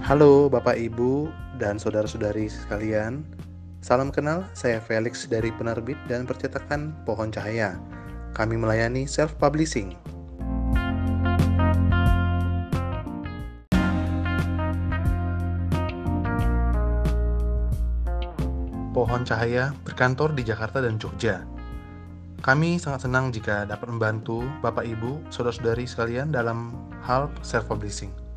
Halo Bapak Ibu dan saudara-saudari sekalian. Salam kenal, saya Felix dari penerbit dan percetakan Pohon Cahaya. Kami melayani self-publishing. Pohon Cahaya berkantor di Jakarta dan Jogja. Kami sangat senang jika dapat membantu Bapak Ibu, saudara-saudari sekalian dalam hal self-publishing.